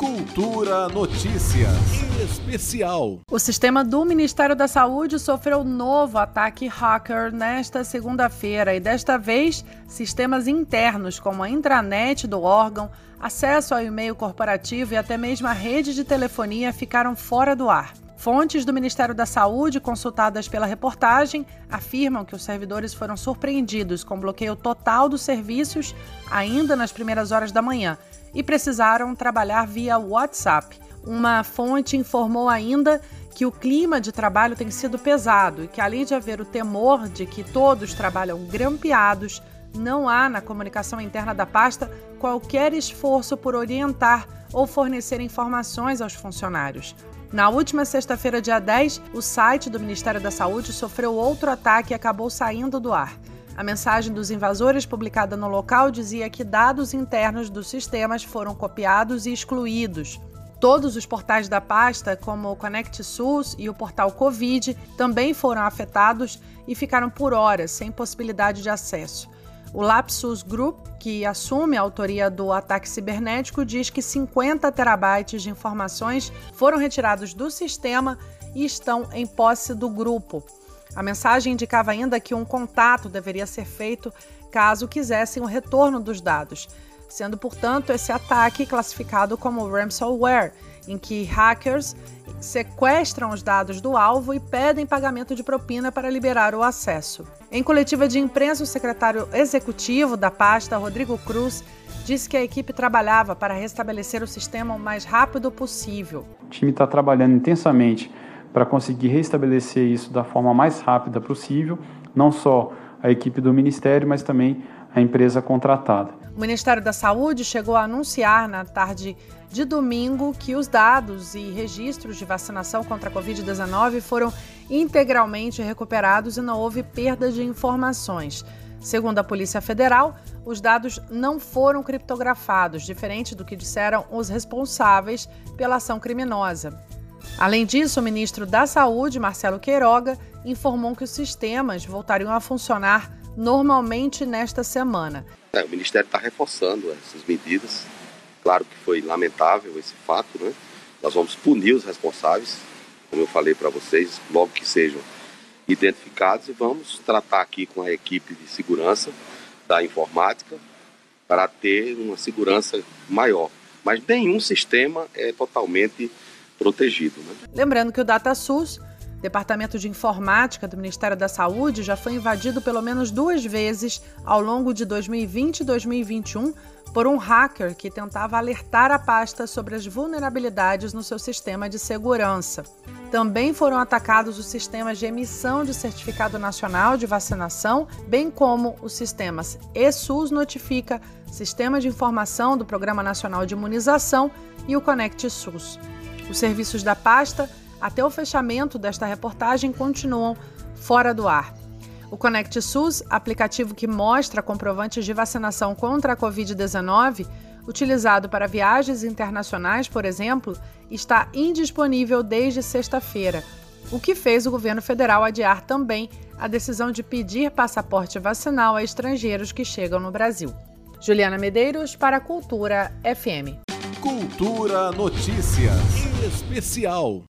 Cultura Notícias Especial. O sistema do Ministério da Saúde sofreu novo ataque hacker nesta segunda-feira e desta vez sistemas internos como a intranet do órgão, acesso ao e-mail corporativo e até mesmo a rede de telefonia ficaram fora do ar. Fontes do Ministério da Saúde, consultadas pela reportagem, afirmam que os servidores foram surpreendidos com bloqueio total dos serviços ainda nas primeiras horas da manhã e precisaram trabalhar via WhatsApp. Uma fonte informou ainda que o clima de trabalho tem sido pesado e que, além de haver o temor de que todos trabalham grampeados, não há na comunicação interna da pasta qualquer esforço por orientar ou fornecer informações aos funcionários. Na última sexta-feira, dia 10, o site do Ministério da Saúde sofreu outro ataque e acabou saindo do ar. A mensagem dos invasores publicada no local dizia que dados internos dos sistemas foram copiados e excluídos. Todos os portais da pasta, como o Conect SUS e o portal Covid, também foram afetados e ficaram por horas sem possibilidade de acesso. O Lapsus Group, que assume a autoria do ataque cibernético, diz que 50 terabytes de informações foram retirados do sistema e estão em posse do grupo. A mensagem indicava ainda que um contato deveria ser feito caso quisessem o retorno dos dados, sendo, portanto, esse ataque classificado como ransomware, em que hackers sequestram os dados do alvo e pedem pagamento de propina para liberar o acesso. Em coletiva de imprensa, o secretário executivo da pasta, Rodrigo Cruz, disse que a equipe trabalhava para restabelecer o sistema o mais rápido possível. O time está trabalhando intensamente para conseguir restabelecer isso da forma mais rápida possível, não só a equipe do Ministério, mas também a empresa contratada. O Ministério da Saúde chegou a anunciar na tarde de domingo que os dados e registros de vacinação contra a Covid-19 foram integralmente recuperados e não houve perda de informações. Segundo a Polícia Federal, os dados não foram criptografados, diferente do que disseram os responsáveis pela ação criminosa. Além disso, o ministro da Saúde, Marcelo Queiroga, informou que os sistemas voltariam a funcionar normalmente nesta semana. O Ministério está reforçando essas medidas. Claro que foi lamentável esse fato, né? Nós vamos punir os responsáveis, como eu falei para vocês, logo que sejam identificados, e vamos tratar aqui com a equipe de segurança da informática para ter uma segurança maior. Mas nenhum sistema é totalmente protegido, né? Lembrando que o DataSUS, Departamento de Informática do Ministério da Saúde, já foi invadido pelo menos 2 vezes ao longo de 2020 e 2021 por um hacker que tentava alertar a pasta sobre as vulnerabilidades no seu sistema de segurança. Também foram atacados os sistemas de emissão de certificado nacional de vacinação, bem como os sistemas eSUS Notifica, Sistema de Informação do Programa Nacional de Imunização e o Conect SUS. Os serviços da pasta, até o fechamento desta reportagem, continuam fora do ar. O Conect SUS, aplicativo que mostra comprovantes de vacinação contra a Covid-19, utilizado para viagens internacionais, por exemplo, está indisponível desde sexta-feira, o que fez o governo federal adiar também a decisão de pedir passaporte vacinal a estrangeiros que chegam no Brasil. Juliana Medeiros para a Cultura FM. Cultura Notícias Especial.